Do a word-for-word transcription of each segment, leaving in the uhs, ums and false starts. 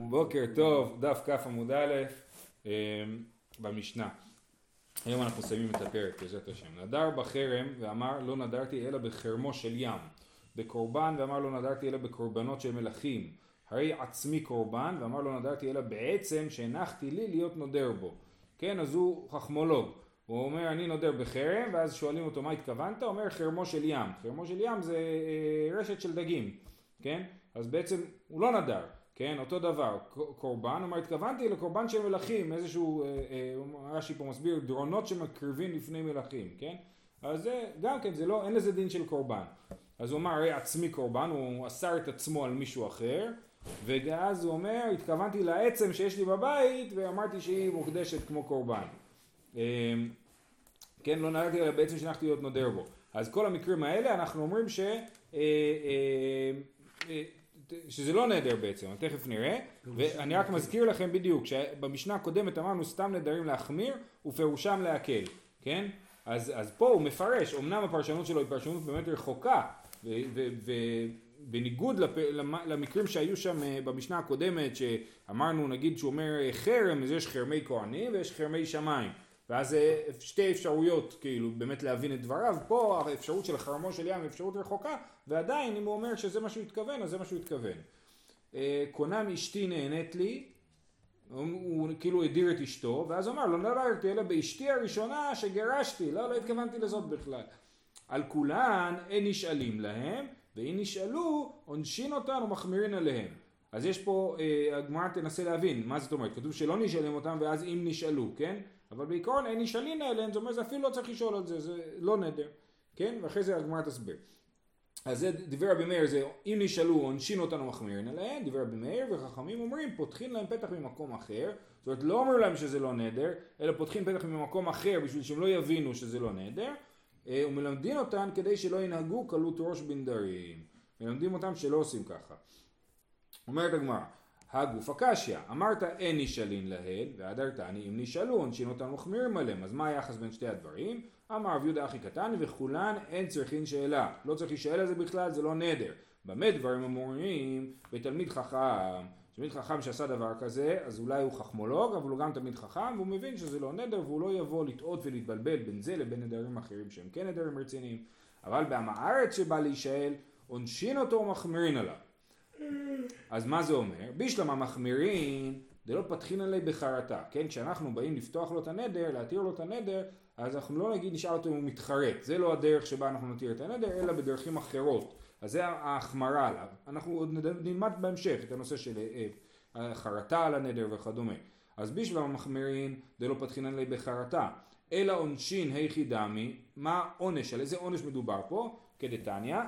בוקר טוב, דף כף עמוד א' במשנה. היום אנחנו מסיימים את הפרק, בעזרת השם. נדר בחרם ואמר לא נדרתי אלא בחרמו של ים, בקורבן ואמר לא נדרתי אלא בקורבנות של מלכים, הרי עצמי קורבן ואמר לא נדרתי אלא בעצם שהנחתי לי להיות נודר בו. כן, אז הוא חכמולוג, הוא אומר אני נודר בחרם, ואז שואלים אותו מה התכוונת, הוא אומר חרמו של ים. חרמו של ים זה רשת של דגים, כן? אז בעצם הוא לא נדר. כן, אותו דבר, קורבן, אומר, התכוונתי לקורבן של מלכים, איזשהו, רש"י פה מסביר, דרונות שמקריבים לפני מלכים, כן? אז זה, גם כן, זה לא, אין לזה דין של קורבן. אז הוא אמר, הרי עצמי קורבן, הוא אסר את עצמו על מישהו אחר, ואז הוא אומר, התכוונתי לעצם שיש לי בבית, ואמרתי שהיא מוקדשת כמו קורבן. כן, לא נדרתי אלא בעצם שנחתי להיות נודר בו. אז כל המקרים האלה, אנחנו אומרים ש... שזה לא נדר בעצם, תכף נראה, ואני רק מזכיר לכם בדיוק, שבמשנה הקודמת אמרנו סתם נדרים להחמיר ופירושם להקל, כן? אז, אז פה הוא מפרש, אמנם הפרשנות שלו היא פרשנות באמת רחוקה, ובניגוד למקרים שהיו שם במשנה הקודמת, שאמרנו נגיד שהוא אומר חרם, אז יש חרמי כהנים ויש חרמי שמיים, ואז שתי אפשרויות כאילו באמת להבין את דבריו, פה האפשרות של חרמו של ים היא אפשרות רחוקה, ועדיין אם הוא אומר שזה מה שהוא התכוון, אז זה מה שהוא התכוון. קונם אשתי נהנית לי, הוא, הוא כאילו הדיר את אשתו, ואז הוא אמר לא נדרתי אלא באשתי הראשונה שגירשתי, לא, לא התכוונתי לזאת בכלל. על כולן אין נשאלים להם, ואם נשאלו עונשין אותן ומחמירין עליהם. אז יש פה, הגמרא תנסה להבין, מה זאת אומרת? כתוב שלא נשאלים אותם ואז אם נשאלו, כן? אבל בעיקרון אין נשאלין עליהם, זאת אומרת, זה אפילו לא צריך לשאול על זה, זה לא נדר, כן? ואחרי זה הגמרא תסביר. אז זה דבר רבי מאיר, זה אם נשאלו עונשין אותנו מחמירין עליהם, דבר רבי מאיר, וחכמים אומרים, פותחים להם פתח ממקום אחר, זאת אומרת, לא אומרים להם שזה לא נדר, אלא פותחים פתח ממקום אחר, בשביל שהם לא יבינו שזה לא נדר, ומלמדים אותם כדי שלא ינהגו קלות ראש בנדרים. מלמדים אותם שלא עושים ככה. אומרת הגמרא, הגוף הקשיא, אמרת אין נשאלין להן, והדרתני אם נשאלו עונשין אותנו מחמירים עליהם, אז מה היחס בין שתי הדברים? אמר רב יהודה אחי קטן וכולן אין צריכין שאלה, לא צריך לשאל על זה בכלל, זה לא נדר. במה דברים אמורים? בתלמיד חכם, תלמיד חכם שעשה דבר כזה, אז אולי הוא חכמולוג, אבל הוא גם תלמיד חכם, והוא מבין שזה לא נדר, והוא לא יבוא לטעות ולהתבלבל בין זה לבין נדרים אחרים שהם כן נדרים רציניים. אבל בעם הארץ שבא להישאל, עונשין אותו ומחמירין עליו. אז מה זה אומר? בשלמה מחמירין, זה לא פתחין עלי בחרטה, כן? כשאנחנו באים לפתוח לו את הנדר, להתיר לו את הנדר, אז אנחנו לא נגיד נשאל אותו אם הוא מתחרט, זה לא הדרך שבה אנחנו נתיר את הנדר, אלא בדרכים אחרות, אז זה ההחמרה עליו. אנחנו עוד נלמד בהמשך את הנושא של חרטה על הנדר וכדומה. אז בשלמה מחמירין, זה לא פתחין עלי בחרטה, אלא עונשין היכי דמי, מה עונש? על איזה עונש מדובר פה? כדתניא,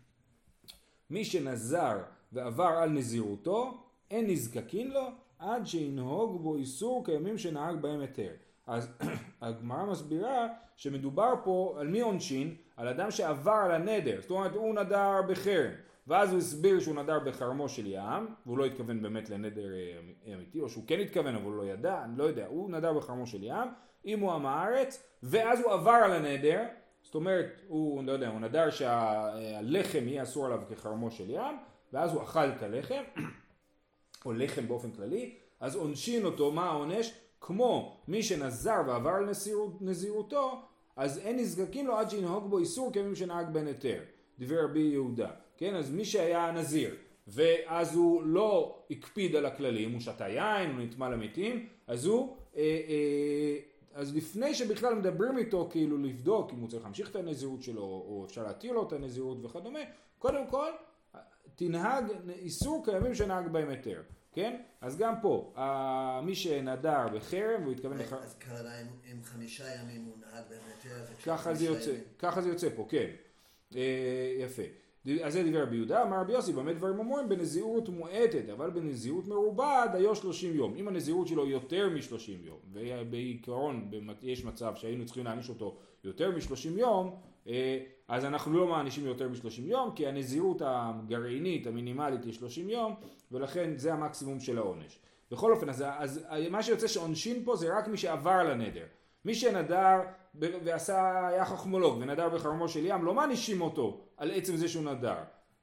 מי שנזר ועבר על נזירותו, אין נזקקין לו עד שינהוג בו איסור כימים שנהג בהם היתר. אז הגמרא מסבירה שמדובר פה על מי עונשין? על אדם שעבר על הנדר, זאת אומרת הוא נדר בחרם, ואז הוא הסביר שהוא נדר בחרמו של ים, והוא לא התכוון באמת לנדר אמיתי, או שהוא כן התכוון אבל הוא לא ידע, אני לא יודע, הוא נדר בחרמו של ים, אם הוא עם הארץ, ואז הוא עבר על הנדר, זאת אומרת, הוא, לא יודע, הוא נדר שהלחם יהיה אסור עליו כחרמו של ים, ואז הוא אכל את הלחם, או לחם באופן כללי, אז עונשין אותו, מה העונש? כמו מי שנזר ועבר על נזירות, נזירותו, אז אין נזקקים לו עד שינהוג בו איסור כמי שנהג בן היתר. דבר רבי יהודה, כן? אז מי שהיה נזיר, ואז הוא לא הקפיד על הכללים, הוא שתה יין, הוא נטמא למתים, אז הוא... אה, אה, אז לפני שבכלל מדברים איתו כאילו לבדוק אם הוא צריך להמשיך את הנזירות שלו או אפשר להתיר לו את הנזירות וכדומה, קודם כל תנהג איסור כימים שנהג בהם היתר, כן? אז גם פה, מי שנדר בחרם והוא התכוון לחרם... אז כרגע עם חמישה ימים הוא נהג בהם היתר, ככה זה יוצא, ככה זה יוצא פה, כן. יפה. אז זה דבר רבי יהודה, אמר רבי יוסי, באמת דברים אומרים בנזירות מועטת, אבל בנזירות מרובד היו שלושים יום. אם הנזירות שלו יותר מ-שלושים יום, ובעיקרון יש מצב שהיינו צריכים להעניש אותו יותר מ-שלושים יום, אז אנחנו לא מענישים יותר מ-שלושים יום, כי הנזירות הגרעינית, המינימלית היא שלושים יום, ולכן זה המקסימום של העונש. בכל אופן, אז, אז מה שיוצא שעונשין פה זה רק מי שעבר לנדר. מי שנדר ועשה, היה חכמולוג ונדר בחרמו של ים, לא מענישים אותו על עצם זה שהוא נדר.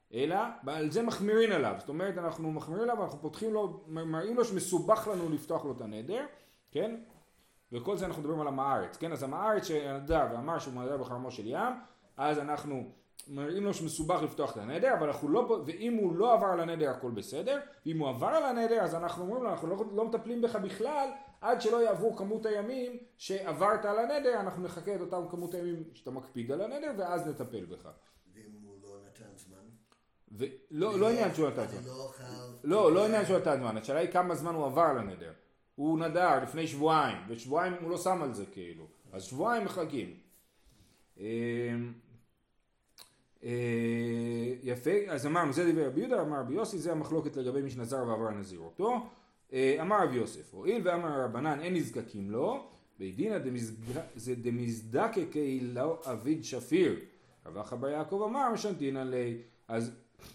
אלא על זה מחמירים עליו, זאת אומרת אנחנו מחמירים עליו, אנחנו פותחים לו, מראים לו שמסובך לנו לפתוח לו את הנדר, כן? וכל זה אנחנו מדברים על המארץ, כן? אז המארץ שנדר ואמר שהוא נדר בחרמו של ים, אז אנחנו מראים לו שמסובך לפתוח את הנדר, אבל אנחנו לא, ואם הוא לא עבר על הנדר הכל בסדר, ואם הוא עבר על הנדר אז אנחנו אומרים לו, אנחנו לא, לא מטפלים בך בכלל, עד שלא יעברו כמות הימים שעברת על הנדר, אנחנו נחכה את אותם כמות הימים שאתה מקפיד על הנדר, ואז נטפל בך. ואם הוא לא נתן זמן? ולא, לא עניין שהוא נתן זמן. לא, לא עניין שהוא נתן זמן, השאלה היא כמה זמן הוא עבר על הנדר. הוא נדר לפני שבועיים, ושבועיים הוא לא שם על זה כאילו, אז שבועיים מחכים. יפה, אז אמרנו, זה דבר רבי יהודה, אמר רבי יוסי, זה המחלוקת לגבי מי שנזר ועבר נזירותו. אמר רבי יוסף, הואיל ואמר רבנן אין נזקקים לו, בדינא זה דמזדקקי לו אביד שפיר. רב אחא בר יעקב אמר משנתינא ליה. אז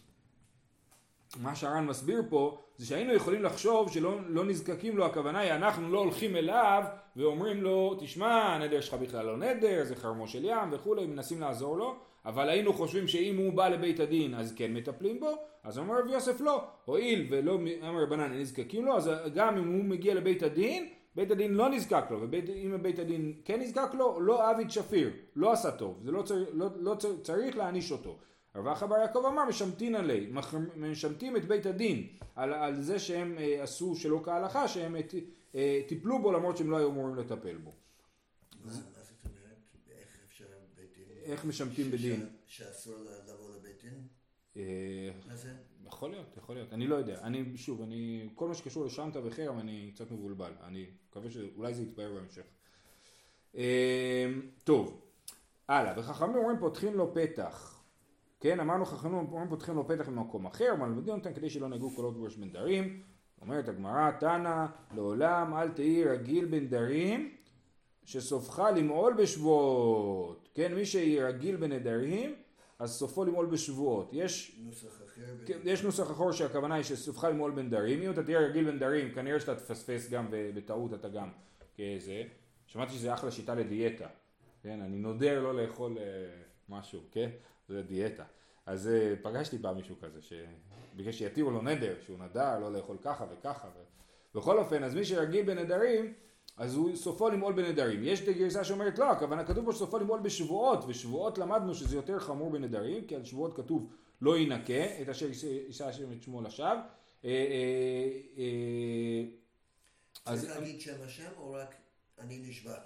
מה שהר"ן מסביר פה זה שהיינו יכולים לחשוב שלא לא נזקקים לו, הכוונה היא אנחנו לא הולכים אליו ואומרים לו תשמע הנדר שלך בכלל לא נדר, זה חרמו של ים וכולי, מנסים לעזור לו, אבל היינו חושבים שאם הוא בא לבית הדין אז כן מטפלים בו. אז אומר רב יוסף לא, הואיל ולא אמר רבנן נזקקים לו, אז גם אם הוא מגיע לבית הדין, בית הדין לא נזקק לו, ואם בית הדין כן נזקק לו, לא אביד שפיר, לא עשה טוב, זה לא, צר, לא, לא צר, צריך להעניש אותו. רב אחא בר יעקב אמר משמטין עלי, משמטים את בית הדין על, על זה שהם אה, עשו שלא כהלכה, שהם אה, טיפלו בו למרות שהם לא היו אמורים לטפל בו. מה זאת אומרת? איך אפשר בית דין? איך משמטים בדין? שאסור לבוא לבית דין? מה זה? יכול להיות, יכול להיות, אני לא יודע, אני שוב, אני, כל מה שקשור לשמטה וחרם אני קצת מבולבל, אני מקווה שאולי זה יתפאר בהמשך. טוב, הלאה, וחכמים אומרים פותחים לו פתח, כן, אמרנו חכמים אומרים פותחים לו פתח במקום אחר, אבל מלמדים אותם כדי שלא נגעו קולות בראש בן דרים. אומרת הגמרא, תנא לעולם אל תהי רגיל בן דרים שסופך למעול בשבועות, כן, מי שרגיל בנדרים אז סופו למעול בשבועות. יש נוסח אחר, יש נוסח אחר שהכוונה היא שסופך למעול בן דרים, אם אתה תהיה רגיל בן דרים כנראה שאתה תפספס גם בטעות אתה גם כזה. שמעתי שזה אחלה שיטה לדיאטה, כן, אני נודר לא לאכול משהו, כן, זה דיאטה. אז פגשתי פעם מישהו כזה שביקש שיתירו לו נדר, שהוא נדר לא לאכול ככה וככה ו... בכל אופן, אז מי שרגיל בנדרים אז הוא סופו למעול בנדרים. יש את הגרסה שאומרת לא, הכוונה כתוב פה שסופו למעול בשבועות, ושבועות למדנו שזה יותר חמור בנדרים, כי על שבועות כתוב לא ינקה, את אשר יישא השם את שמו לשווא. צריך להגיד שם השם או רק אני נשבע?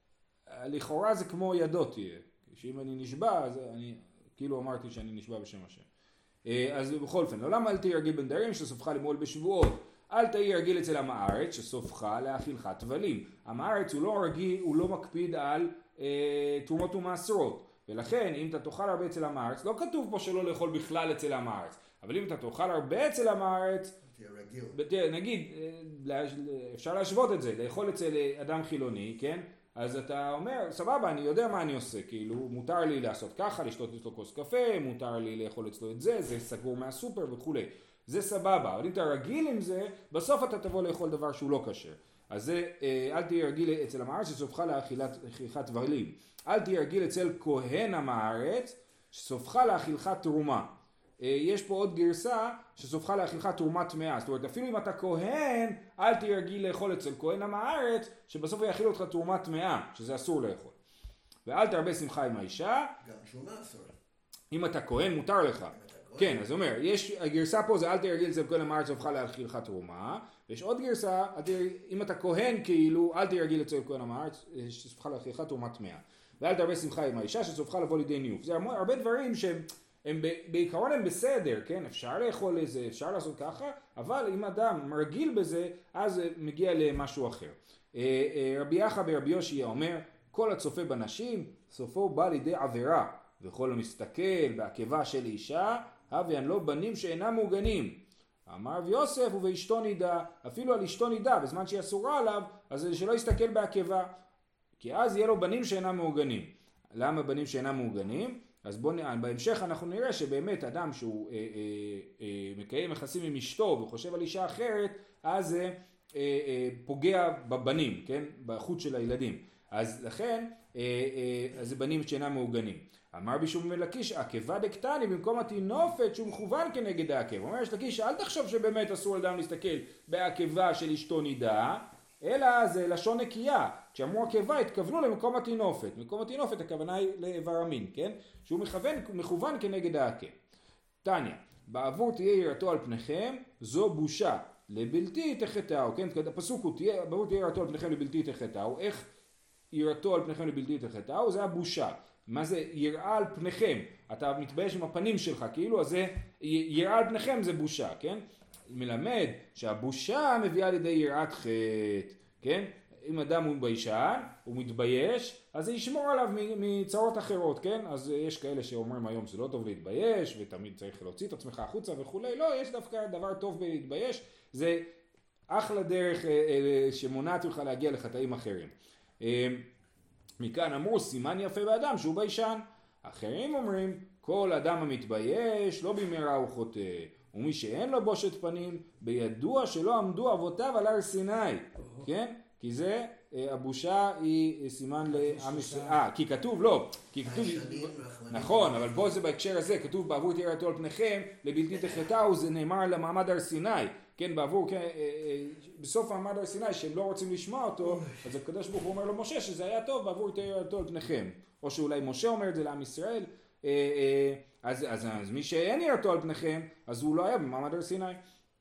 לכאורה זה כמו ידו תהיה, שאם אני נשבע אז אני כאילו אמרתי שאני נשבע בשם השם. אז בכל אופן, לעולם אל תהי רגיל בנדרים שסופך למעול בשבועות. אל תהי רגיל אצל עם הארץ שסופך להאכילך טבלים. עם הארץ הוא לא רגיל, הוא לא מקפיד על אה, תרומות ומעשרות. ולכן אם אתה תאכל הרבה אצל עם הארץ, לא כתוב פה שלא לאכול בכלל אצל עם הארץ. אבל אם אתה תאכל הרבה אצל עם הארץ, בת, נגיד, אפשר להשוות את זה, לאכול אצל אדם חילוני, כן? אז אתה אומר, סבבה, אני יודע מה אני עושה, כאילו, מותר לי לעשות ככה, לשתות אצלו כוס קפה, מותר לי לאכול אצלו את זה, זה סגור מהסופר וכו'. זה סבבה, אבל אם אתה רגיל עם זה, בסוף אתה תבוא לאכול דבר שהוא לא כשר. אז זה, אל תהיה רגיל אצל עם הארץ שסופך לאכילת טבלים. אל תהיה רגיל אצל כהן עם הארץ שסופך לאכילך תרומה. יש פה עוד גרסה שסופך לאכילך תרומה טמאה. זאת אומרת, אפילו אם אתה כהן, אל תהיה רגיל לאכול אצל כהן עם הארץ, שבסוף יאכיל אותך תרומה טמאה, שזה אסור לאכול. ואל תרבה שמחה עם האישה. גם שומה אסור. אם אתה כהן, מותר לך. כן, אז אומר, יש, הגרסה פה זה אל תהיה רגיל אצל כהן עם הארץ סופך לאכילך תרומה. ויש עוד גרסה, אם אתה כהן כאילו, אל תהיה רגיל אצל כהן עם הארץ, שסופך לאכילך תרומה טמאה. ואל תרבה שמחה עם האישה שסופך לבוא לידי ניוף. זה הרבה דברים שהם הם בעיקרון הם בסדר, כן? אפשר לאכול איזה, אפשר לעשות ככה, אבל אם אדם רגיל בזה, אז מגיע למשהו אחר. רבי אחא ברבי יושע אומר, כל הצופה בנשים, סופו בא לידי עבירה, וכל המסתכל בעקבה של אישה, הביאן לו בנים שאינם מוגנים. אמר רבי יוסף, ובאשתו נידע, אפילו על אשתו נידע, בזמן שהיא אסורה עליו, אז שלא יסתכל בעקבה, כי אז יהיה לו בנים שאינם מוגנים. למה בנים שאינם מוגנים? אז בואו נראה, בהמשך אנחנו נראה שבאמת אדם שהוא אה, אה, אה, מקיים יחסים עם אשתו וחושב על אישה אחרת, אז זה אה, אה, פוגע בבנים, כן? בחוט של הילדים. אז לכן, אה, אה, אז זה בנים שאינם מעוגנים. אמר בישום בן לקיש, עקבה דקטני במקום התינופת שהוא מכוון כנגד העקב. אומר יש לקיש, אל תחשוב שבאמת אסור לאדם להסתכל בעקבה של אשתו נידה, אלא זה לשון נקייה. כשאמרו עקבה התכוונו למקום התינופת. מקום התינופת הכוונה היא לאיבר המין, כן? שהוא מכוון, מכוון כנגד העקב. תניא, בעבור תהיה יראתו על פניכם, זו בושה. לבלתי תחטאו, כן? הפסוק הוא, תהיה, בעבור תהיה יראתו על פניכם לבלתי תחטאו. איך יראתו על פניכם לבלתי תחטאו? זה הבושה. מה זה יראה על פניכם? אתה מתבייש עם הפנים שלך, כאילו, אז זה יראה על פניכם זה בושה, כן? מלמד שהבושה מביאה לידי יראת חטא, כן? אם אדם הוא ביישן, הוא מתבייש, אז זה ישמור עליו מצרות אחרות, כן? אז יש כאלה שאומרים היום שזה לא טוב להתבייש, ותמיד צריך להוציא את עצמך החוצה וכו'. לא, יש דווקא דבר טוב בלהתבייש, זה אחלה דרך שמונעת ממך להגיע לחטאים אחרים. מכאן אמרו סימן יפה באדם שהוא ביישן. אחרים אומרים כל אדם המתבייש לא במהרה הוא חוטא, ומי שאין לו בושת פנים בידוע שלא עמדו אבותיו על הר סיני, כן? כי זה הבושה היא סימן לעם ישראל. אה, כי כתוב לא, כי כתוב נכון, אבל פה זה בהקשר הזה כתוב בעבור תהיה יראתו על פניכם לבלתי תחטאו, זה נאמר למעמד הר סיני. כן, בעבור, כן, בסוף מעמד הר סיני שהם לא רוצים לשמוע אותו, אז הקדוש ברוך הוא אומר לו משה שזה היה טוב בעבור תהיה יראתו על פניכם, או שאולי משה אומר את זה לעם ישראל. אז, אז, אז מי שאין יראתו על פניכם אז הוא לא היה במעמד הר סיני.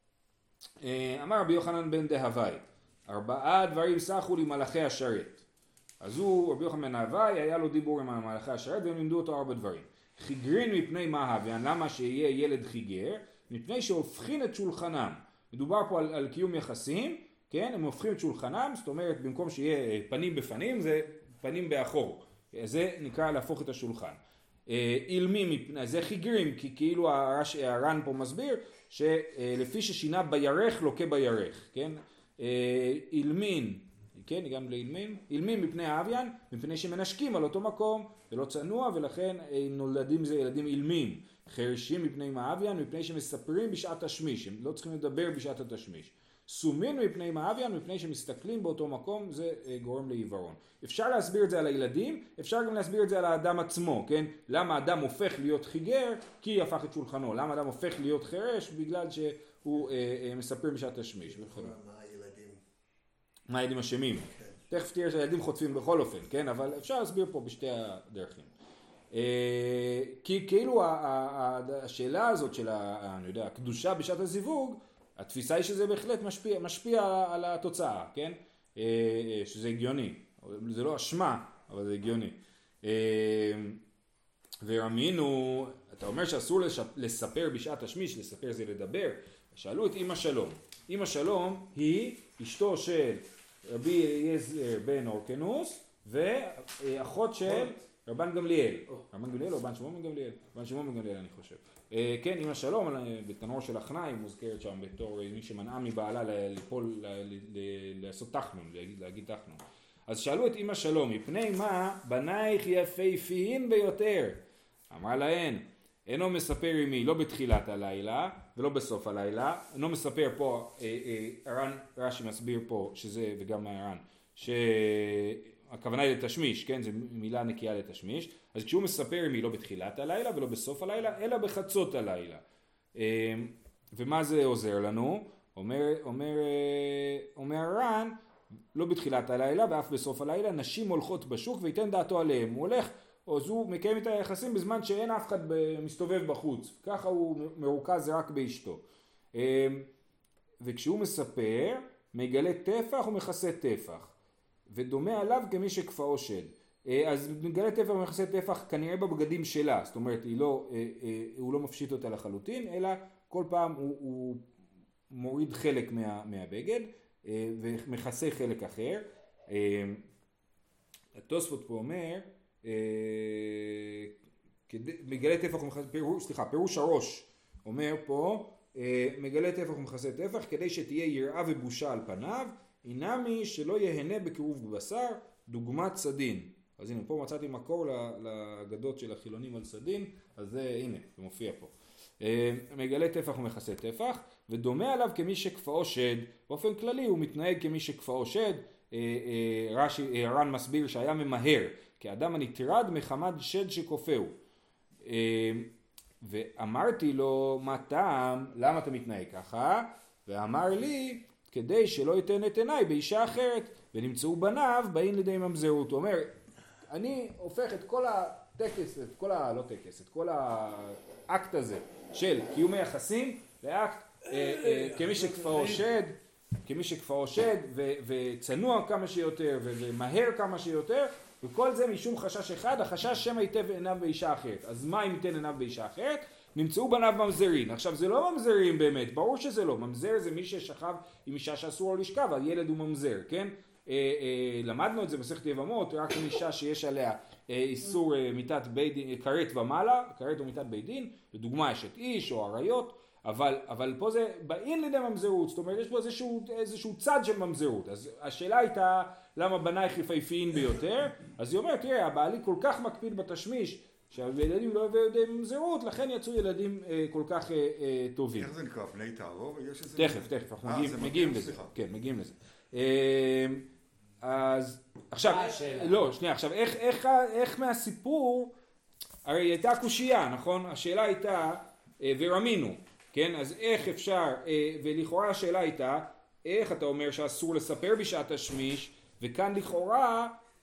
אמר רבי יוחנן בן דהווי, ארבעה דברים סחו לי מלאכי השרת. אז הוא, רבי יוחנן בן דהווי, היה לו דיבור עם מלאכי השרת והם לימדו אותו ארבע דברים. חיגרין מפני מה הוויין, למה שיהיה ילד חיגר? מפני שהופכין את שולחנם. מדובר פה על, על קיום יחסים, כן? הם הופכים את שולחנם, זאת אומרת במקום שיהיה פנים בפנים זה פנים באחור. זה נקרא להפוך את השולחן. אילמים, זה חיגרים, כי כאילו הר"ן פה מסביר שלפי ששינה בירך לוקה בירך, כן? אילמין, כן? גם לאילמים, אילמים מפני האביין, מפני שמנשקים על אותו מקום, ולא צנוע, ולכן נולדים זה ילדים אילמים. חרשים מפני מאביין, מפני שמספרים בשעת השמיש, הם לא צריכים לדבר בשעת התשמיש. סומין מפני מאביין, מפני שמסתכלים באותו מקום, זה גורם לעיוורון. אפשר להסביר את זה על הילדים, אפשר גם להסביר את זה על האדם עצמו, כן? למה האדם הופך להיות חיגר? כי הפך את שולחנו. למה האדם הופך להיות חרש? בגלל שהוא אה, אה, מספר בשעת השמיש. מה הילדים? מה הילדים אשמים? כן. תכף תראה שהילדים חוטפים בכל אופן, כן? אבל אפשר להסביר פה בשתי הדרכים. אה, כי כאילו השאלה הזאת של ה, אני יודע, הקדושה בשעת הזיווג, התפיסה היא שזה בהחלט משפיע, משפיע על התוצאה, כן? שזה הגיוני. זה לא אשמה, אבל זה הגיוני. ורמינו, אתה אומר שאסור לספר בשעת השמיש, לספר זה לדבר. שאלו את אמא שלום. אמא שלום היא אשתו של רבי אליעזר בן אורקנוס, ואחות של רבן גמליאל. רבן גמליאל או רבן שמעון בן גמליאל? רבן שמעון בן גמליאל אני חושב. כן, אמא שלום, בתנור של החנאי, מוזכרת שם בתור מי שמנעה מבעלה ליפול, לעשות תחנון, להגיד תחנון. אז שאלו את אמא שלום, מפני מה בנייך יפהפיים ביותר? אמר להן, אינו מספר עמי לא בתחילת הלילה ולא בסוף הלילה, אינו מספר פה, הר"ן רש"י מסביר פה, שזה וגם הר"ן, שהכוונה היא לתשמיש, כן, זו מילה נקייה לתשמיש, אז כשהוא מספר עמי לא בתחילת הלילה ולא בסוף הלילה, אלא בחצות הלילה. ומה זה עוזר לנו? אומר, אומר, אומר הר"ן, לא בתחילת הלילה ואף בסוף הלילה, נשים הולכות בשוק ויתן דעתו עליהם. הוא הולך, אז הוא מקיים את היחסים בזמן שאין אף אחד מסתובב בחוץ. ככה הוא מרוכז רק באשתו. וכשהוא מספר, מגלה טפח ומכסה טפח. ודומה עליו כמי שכפאו שד. אז מגלה טפח ומכסה טפח כנראה בבגדים שלה. זאת אומרת, היא לא, הוא לא מפשיט אותה לחלוטין, אלא כל פעם הוא, הוא מוריד חלק מה, מהבגד. ומכסה חלק אחר. התוספות פה אומר, מגלה טפח ומכסה, סליחה, פירוש הראש אומר פה, מגלה טפח ומכסה טפח כדי שתהיה יראה ובושה על פניו, אינמי שלא יהנה בקירוב בבשר, דוגמת סדין. אז הנה, פה מצאתי מקור לאגדות של החילונים על סדין, אז זה, הנה, זה מופיע פה. מגלה טפח ומכסה טפח, ודומה עליו כמי שכפאו שד. באופן כללי הוא מתנהג כמי שכפאו שד. רש"י, הר"ן מסביר שהיה ממהר, כאדם הנטרד מחמת שד שכופהו. ואמרתי לו, מה טעם? למה אתה מתנהג ככה? ואמר לי, כדי שלא ייתן את עיניי באישה אחרת, ונמצאו בניו באים לידי ממזרות. הוא אומר, אני הופך את כל הטקס, את כל ה... לא טקס, את כל האקט הזה של קיום היחסים לאקט אה, אה, כמי שכפאו שד, כמי שכפאו שד ו, וצנוע כמה שיותר ו, ומהר כמה שיותר, וכל זה משום חשש אחד, החשש שמא ייתן עיניו באישה אחרת. אז מה אם ייתן עיניו באישה אחרת? נמצאו בניו ממזרים. עכשיו זה לא ממזרים באמת, ברור שזה לא. ממזר זה מי ששכב עם אישה שאסור לו לשכב, הילד הוא ממזר, כן? אה, אה, למדנו את זה במסכת יבמות, רק עם אישה שיש עליה אה, איסור אה, מיתת בית דין, כרת ומעלה, כרת ומיתת בית דין, לדוגמה יש את איש או עריות, אבל, אבל פה זה באים לידי ממזרות, זאת אומרת יש פה איזשהו, איזשהו צד של ממזרות. אז השאלה הייתה למה בנייך יפהפיים ביותר, אז היא אומרת, תראה, הבעלי כל כך מקפיד בתשמיש, שהילדים לא הביאו לידי ממזרות, לכן יצאו ילדים אה, כל כך אה, אה, טובים. איך זה נקרא? פני תערור? תכף, תכף, אנחנו מגיעים, מגיעים לזה. כן, מגיעים לזה. אה, אז עכשיו, לא, שנייה, עכשיו, איך, איך, איך מהסיפור, הרי הייתה קושייה, נכון? השאלה הייתה, אה, ורמינו, כן? אז איך אפשר, אה, ולכאורה השאלה הייתה, איך אתה אומר שאסור לספר בשעת השמיש, וכאן לכאורה,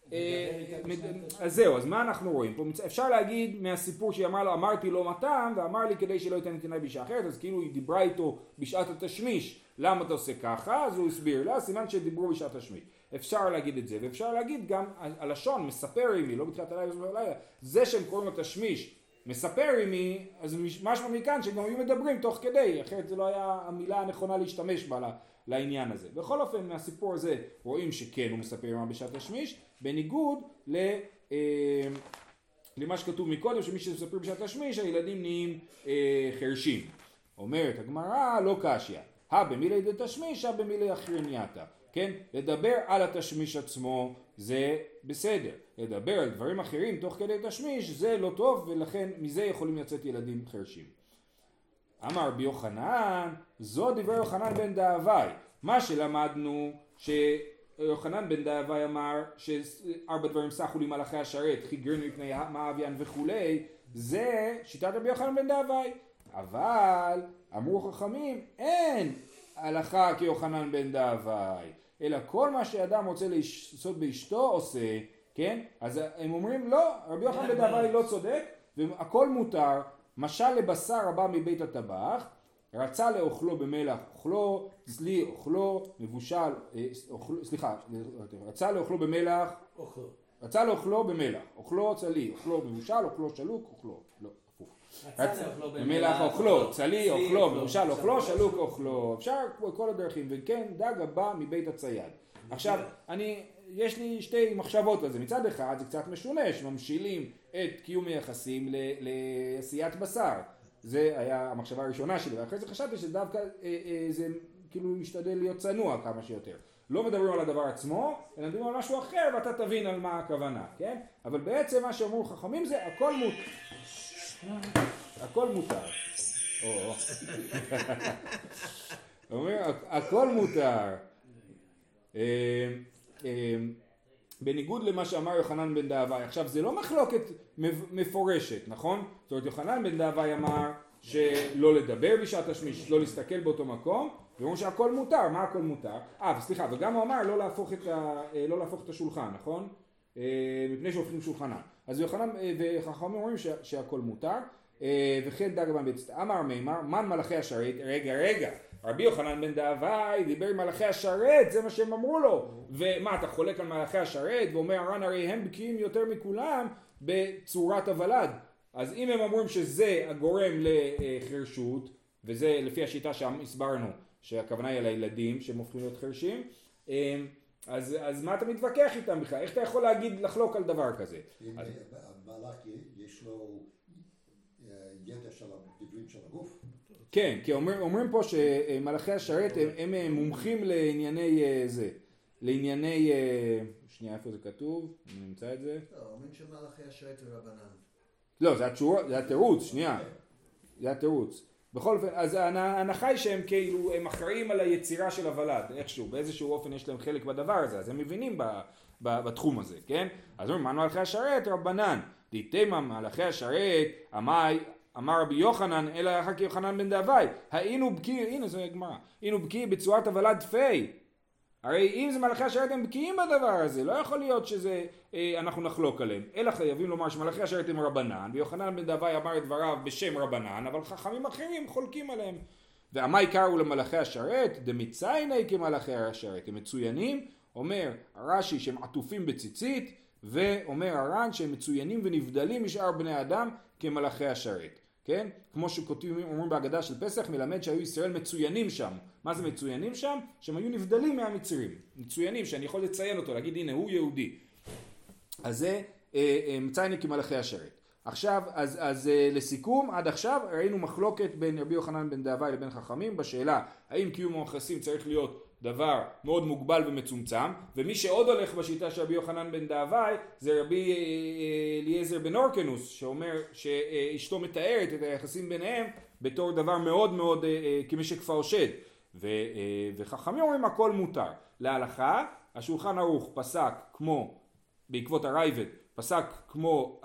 אז זהו, אז מה אנחנו רואים פה? אפשר להגיד מהסיפור שהיא אמרה לו, אמרתי לו מתם, ואמר לי כדי שלא ייתן את עיניי באישה אחרת, אז כאילו היא דיברה איתו בשעת התשמיש, למה אתה עושה ככה? אז הוא הסביר לה, סימן שדיברו בשעת השמיש. אפשר להגיד את זה, ואפשר להגיד גם הלשון, מספר עימי, לא בתחילת הלילה, בלילה, זה שהם קוראים לתשמיש, מספר עימי, אז משמע מכאן שגם היו מדברים תוך כדי, אחרת זה לא היה המילה הנכונה להשתמש בה לעניין הזה. בכל אופן, מהסיפור הזה רואים שכן הוא מספר עימה בשעת השמיש, בניגוד ל, אה, למה שכתוב מקודם, שמי שמספר בשעת השמיש, הילדים נהיים אה, חרשים. אומרת הגמרא, לא קשיא. הא במילי דתשמיש, הא במילי אחרנייתא. כן? לדבר על התשמיש עצמו זה בסדר. לדבר על דברים אחרים תוך כדי תשמיש זה לא טוב, ולכן מזה יכולים לצאת ילדים חרשים. אמר רבי יוחנן, זו דבר יוחנן בן דאבי. מה שלמדנו שיוחנן בן דאבי אמר שארבע דברים סחו לי מלאכי השרת, חיגרנו מפני מאביין וכולי, זה שיטת רבי יוחנן בן דאבי. אבל אמרו חכמים, אין הלכה כיוחנן בן דאבי, אלא כל מה שאדם רוצה לעשות באשתו עושה, כן? אז הם אומרים לא, רבי יוחנן בן דאבי לא צודק, והכל מותר. משל לבשר הבא מבית הטבח, רצה לאוכלו במלח אוכלו, צלי אוכלו, מבושל, אוכלו, סליחה, רצה לאוכלו במלח, אוכלו. רצה לאוכלו במלח, אוכלו צלי, אוכלו מבושל, אוכלו שלוק, אוכלו, לא, הפוך. רצה לאוכלו במלח אוכלו, צלי אוכלו, מבושל אוכלו, שלוק אוכלו, אפשר כל הדרכים, וכן דג הבא מבית הצייד. עכשיו, אני, יש לי שתי מחשבות על זה. מצד אחד זה קצת משונה, שממשילים את קיום היחסים לעשיית בשר. זה היה המחשבה הראשונה שלי, ואחרי זה חשבתי שדווקא אה, אה, זה כאילו משתדל להיות צנוע כמה שיותר. לא מדברים על הדבר עצמו, אלא מדברים על משהו אחר ואתה תבין על מה הכוונה, כן? אבל בעצם מה שאמרו חכמים זה הכל מותר. הכל מותר. אומר, הכל מותר. בניגוד למה שאמר יוחנן בן דאבי. עכשיו זה לא מחלוקת מפורשת, נכון? זאת אומרת יוחנן בן דאבי אמר שלא לדבר בשעת השמיש, לא להסתכל באותו מקום, ואומרים שהכל מותר. מה הכל מותר? אה, סליחה, וגם הוא אמר לא להפוך את, ה, לא להפוך את השולחן, נכון? מפני שהופכים שולחנה. אז יוחנן וחכמים אומרים שהכל מותר, וכן דג בן בית אמר מימר, מן מלאכי השרת, רגע רגע, רבי יוחנן בן דאבי דיבר עם מלאכי השרת, זה מה שהם אמרו לו. ומה, אתה חולק על מלאכי השרת ואומר הר"ן הרי הם בקיאים יותר מכולם בצורת הוולד. אז אם הם אומרים שזה הגורם לחרשות, וזה לפי השיטה שהסברנו שהכוונה היא על הילדים שהם הופכים להיות חרשים, אז, אז מה אתה מתווכח איתם בכלל? איך אתה יכול להגיד לחלוק על דבר כזה? אם אז... מלאכי יש לו ידע של הדברים של הגוף? כן, כי אומר, אומרים פה שמלאכי השרת הם, הם מומחים לענייני זה, לענייני, שנייה איפה זה כתוב, אני נמצא את זה. לא, אומרים שמלאכי השרת זה רבנן. לא, זה, התשור, זה התירוץ, שנייה, זה התירוץ. בכל אופן, אז ההנחה היא שהם כאילו, הם אחראים על היצירה של הוולד, איכשהו, באיזשהו אופן יש להם חלק בדבר הזה, אז הם מבינים ב, ב, בתחום הזה, כן? אז אומרים, מה מלאכי השרת רבנן? דהיתמה מלאכי השרת, אמי, אמר רבי יוחנן, אלא אחר כיוחנן בן דאבי, היינו בקיא, הנה זו הגמרא, היינו בקיא בצורת הוולד תפי. הרי אם זה מלאכי השרת הם בקיאים בדבר הזה, לא יכול להיות שזה, אה, אנחנו נחלוק עליהם. אלא חייבים לומר שמלאכי השרת הם רבנן, ויוחנן בן דאבי אמר את דבריו בשם רבנן, אבל חכמים אחרים חולקים עליהם. ועמי קראו למלאכי השרת, דמצייני כמלאכי השרת, הם מצוינים, אומר הרש"י שהם עטופים בציצית, ואומר הר"ן שהם מצוינים ונבדלים משאר בני אדם כמלאכי השרת. כן? כמו שכותבים אומרים בהגדה של פסח, מלמד שהיו ישראל מצוינים שם. מה זה מצוינים שם? שהם היו נבדלים מהמצרים. מצוינים שאני יכול לציין אותו, להגיד הנה הוא יהודי. אז זה אה, אה, מציינים כמלאכי השרת. עכשיו, אז, אז אה, לסיכום, עד עכשיו ראינו מחלוקת בין רבי יוחנן בן דאבי לבין חכמים בשאלה האם קיום היחסים צריך להיות דבר מאוד מוגבל ומצומצם, ומי שעוד הולך בשיטה של רבי יוחנן בן דאבי זה רבי אליעזר בן אורקנוס, שאומר שאשתו מתארת את היחסים ביניהם בתור דבר מאוד מאוד כמשק פרשת, וחכמים אומרים הכל מותר. להלכה השולחן ערוך פסק כמו, בעקבות הרייבד, פסק כמו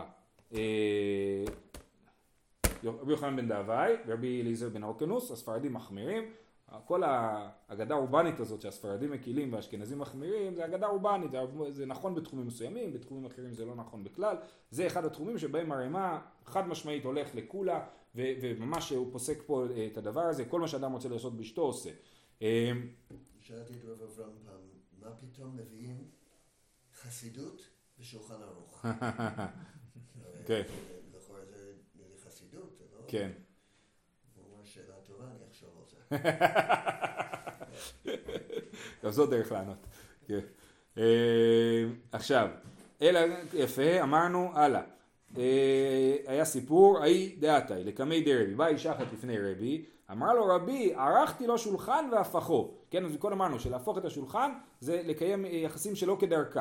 רבי יוחנן בן דאבי ורבי אליעזר בן אורקנוס, הספרדים מחמירים. כל האגדה האורבנית הזאת שהספרדים מקילים והאשכנזים מחמירים זה אגדה אורבנית, זה נכון בתחומים מסוימים, בתחומים אחרים זה לא נכון בכלל. זה אחד התחומים שבהם הרמ"א חד משמעית הולך לכולה, ו- וממש הוא פוסק פה את הדבר הזה, כל מה שאדם רוצה לעשות באשתו עושה. שאלתי את רב אברהם פעם, מה פתאום מביאים חסידות ושולחן ערוך? כן. לכאורה זה חסידות, לא? כן. שאלה טובה, אני אחשוב על זה. גם זו דרך לענות. עכשיו, אלא יפה, אמרנו, הלאה. היה סיפור, אי דעתי, לקמי די רבי, באה אישה אחת לפני רבי, אמר לו רבי, ערכתי לו שולחן והפכו. כן, אז קודם אמרנו שלהפוך את השולחן זה לקיים יחסים שלא כדרכה.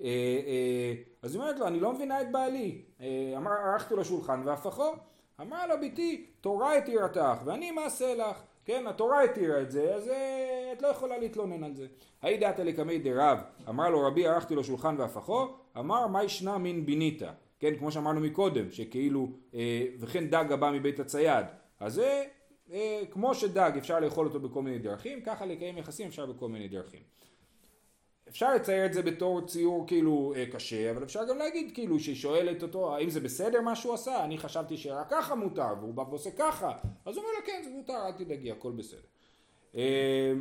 אז היא אומרת לו, אני לא מבינה את בעלי. אמר, ערכתי לו שולחן והפכו. אמרה לה ביתי, תורה התירה אותך ואני מעשה לך, כן, התורה התירה את זה, אז את לא יכולה להתלונן על זה. היי דעת לקמי דרב, אמר לו רבי ערכתי לו שולחן והפכו, אמר מה ישנה מן ביניתה, כן, כמו שאמרנו מקודם, שכאילו, אה, וכן דג הבא מבית הצייד, אז זה אה, כמו שדג אפשר לאכול אותו בכל מיני דרכים, ככה לקיים יחסים אפשר בכל מיני דרכים. אפשר לצייר את זה בתור ציור כאילו אה, קשה, אבל אפשר גם להגיד כאילו שהיא שואלת אותו האם זה בסדר מה שהוא עשה, אני חשבתי שרק ככה מותר והוא בא ועושה ככה, אז הוא אומר לה כן זה מותר, אל תדאגי, הכל בסדר. אה,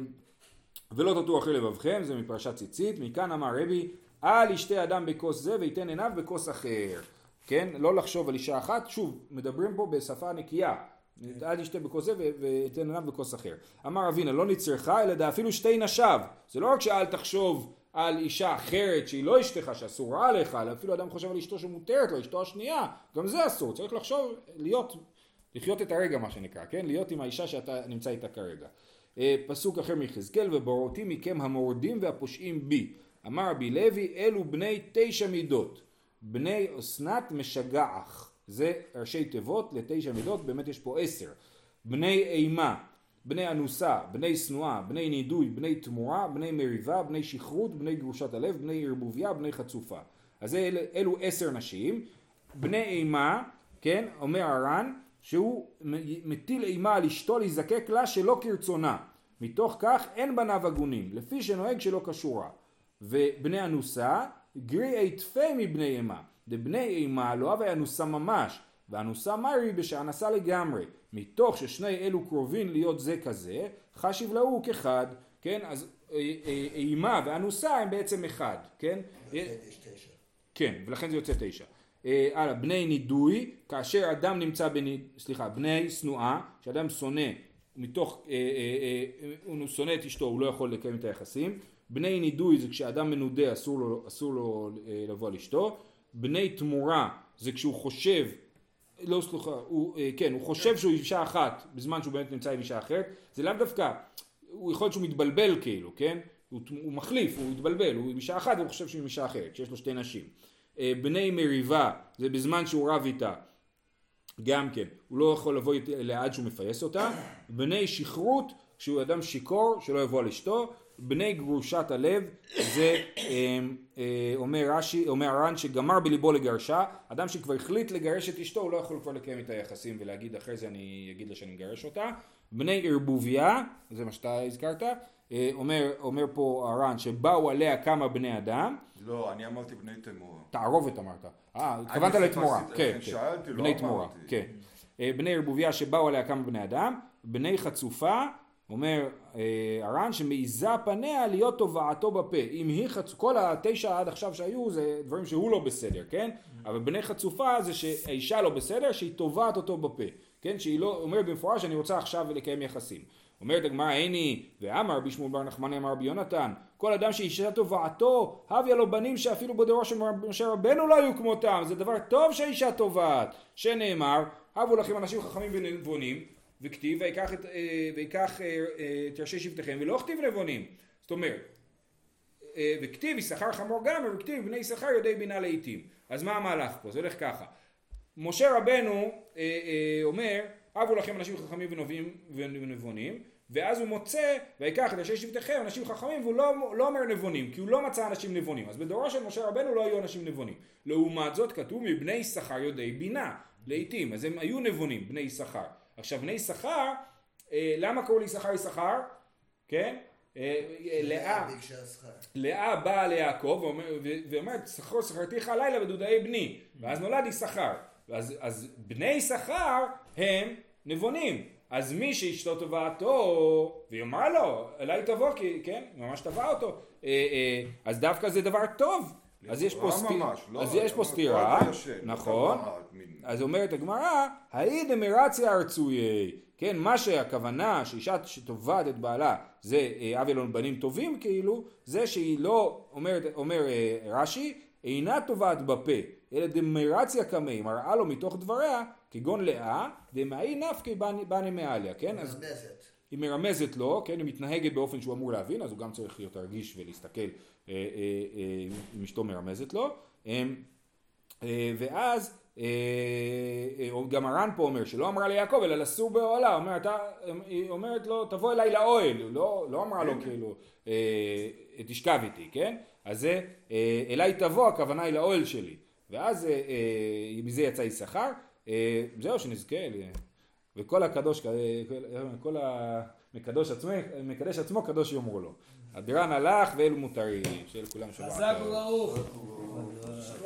ולא תטו אחרי לבבכם, זה מפרשת ציצית, מכאן אמר רבי, אל ישתה אדם בכוס זה ויתן עיניו בכוס אחר, כן, לא לחשוב על אישה אחת, שוב, מדברים פה בשפה נקייה, אל ישתה בכוס זה ויתן עיניו בכוס אחר. אמר אבינה לא נצרכה אלא דה אפילו שתי נשיו, זה לא רק שאל תחשוב על אישה אחרת שהיא לא אשתך, שאסורה עליך, אלא אפילו אדם חושב על אשתו שמותרת לו, אשתו השנייה, גם זה אסור, צריך לחשוב, להיות, לחיות את הרגע מה שנקרא, כן? להיות עם האישה שאתה נמצא איתה כרגע. פסוק אחר מחזקאל, ובוראתי מכם המורדים והפושעים בי. אמר רבי לוי, אלו בני תשע מידות, בני אסנת משגעך, זה ראשי תיבות לתשע מידות, באמת יש פה עשר. בני אימה, בני אנוסה, בני שנואה, בני נידוי, בני תמורה, בני מריבה, בני שכרות, בני גרושת הלב, בני ערבוביה, בני חצופה. אז אל, אלו עשר נשים. בני אימה, כן, אומר הר"ן, שהוא מטיל אימה על אשתו להיזקק לה שלא כרצונה. מתוך כך אין בניו הגונים, לפי שנוהג שלא קשורה. ובני אנוסה, גרי תפי מבני אימה. דבני אימה לא הווה אנוסה ממש, ואנוסה מרי בשאנסה לגמרי. מתוך ששני אלו קרובים להיות זה כזה, חשיב להו כחד, כן? אז אימה ואנוסה הם בעצם אחד, כן? יש תשע. כן, ולכן זה יוצא תשע. הלאה, בני נידוי, כאשר אדם נמצא בני, סליחה, בני שנואה, שאדם שונא, מתוך, הוא שונא את אשתו, הוא לא יכול לקיים את היחסים. בני נידוי זה כשאדם מנודה, אסור לו, אסור לו לבוא על אשתו. בני תמורה זה כשהוא חושב, לא סליחה, הוא, כן, הוא חושב שהוא אישה אחת בזמן שהוא באמת נמצא עם אישה אחרת, זה לאו דווקא, הוא יכול להיות שהוא מתבלבל כאילו, כן? הוא, הוא מחליף, הוא מתבלבל, הוא עם אישה אחת והוא חושב שהוא עם אישה אחרת, שיש לו שתי נשים. בני מריבה זה בזמן שהוא רב איתה, גם כן, הוא לא יכול לבוא אליה עד שהוא מפייס אותה. בני שכרות, כשהוא אדם שיכור, שלא יבוא על אשתו. בני גרושת הלב, זה אה, אה, אומר רש"י, אומר הר"ן שגמר בליבו לגרשה, אדם שכבר החליט לגרש את אשתו, הוא לא יכול כבר לקיים את היחסים ולהגיד אחרי זה אני אגיד לה שאני מגרש אותה. בני ערבוביה, זה מה שאתה הזכרת, אה, אומר, אומר פה הר"ן שבאו עליה כמה בני אדם. לא, אני אמרתי בני תמורה. תערובת אמרת. אה, התכוונת לתמורה. כן, שאלתי, לא בני תמורה. אמרתי. כן. אה, בני ערבוביה שבאו עליה כמה בני אדם. בני חצופה, אומר הר"ן שמעיזה פניה להיות תובעתו בפה. אם היא חצופה, כל התשע עד עכשיו שהיו זה דברים שהוא לא בסדר, כן? אבל בני חצופה זה שהאישה לא בסדר, שהיא תובעת אותו בפה, כן? שהיא לא אומרת במפורש שאני רוצה עכשיו לקיים יחסים. אומרת הגמרא עיני ואמר רבי שמואל בר נחמני אמר רבי יונתן, כל אדם שאישה תובעתו, הביא לו בנים שאפילו בדורו של משה רבנו לא היו כמותם. זה דבר טוב שהאישה תובעת, שנאמר הבו לכם אנשים חכמים ונבונים וכתיב ויקח את, ויקח את ראשי שבטיכם ולא כתיב נבונים. זאת אומרת, וכתיב יששכר חמור גמר וכתיב בני יששכר יודעי בינה לעתים. אז מה המהלך פה? זה הולך ככה. משה רבנו אומר הבו לכם אנשים חכמים ונבונים, ואז הוא מוצא ויקח את ראשי שבטיכם אנשים חכמים והוא לא, לא אומר נבונים כי הוא לא מצא אנשים נבונים. אז בדורו של משה רבנו לא היו אנשים נבונים. לעומת זאת כתוב מבני יששכר יודעי בינה לעתים. אז הם היו נבונים בני יששכר. עכשיו בני יששכר, אה, למה קראו ליששכר יששכר? כן? אה, לאה, לאה באה ליעקב ואומרת שכר שכרתיך הלילה בדודאי בני, ואז נולד יששכר. אז, אז בני יששכר הם נבונים. אז מי שאשתו תובעתו, והיא אמרה לו, אליי תבוא, כי כן, ממש תבע אותו. אה, אה, אז דווקא זה דבר טוב. אז יש פה סתירה, אז יש פה סתירה, נכון, אז אומרת הגמרא, האי דמרציה ארצויי, כן, מה שהכוונה שאישה שתובעת את בעלה זה הביא לו בנים טובים כאילו, זה שהיא לא, אומר רש"י, אינה תובעת בפה, אלא דמרציה קמי, מראה לו מתוך דבריה, כגון לאה, דמאי נפקי בני מעליה, כן, מרמזת. היא מרמזת לו, כן, היא מתנהגת באופן שהוא אמור להבין, אז הוא גם צריך להיות רגיש ולהסתכל אם אשתו מרמזת לו. ואז גם הר"ן פה אומר שלא אמרה ליעקב אלא לסור באוהלה, היא אומרת לו תבוא אליי לאוהל, לא אמרה לו כאילו תשכב איתי, כן? אז זה אליי תבוא, הכוונה היא לאוהל שלי, ואז מזה יצא יששכר. זהו, שנזכה וכל הקדוש, כל המקדש עצמו, מקדש עצמו קדוש יאמרו לו. הדרן הלך ואלו מותרים, של כולם שבוע. חזק וברוך.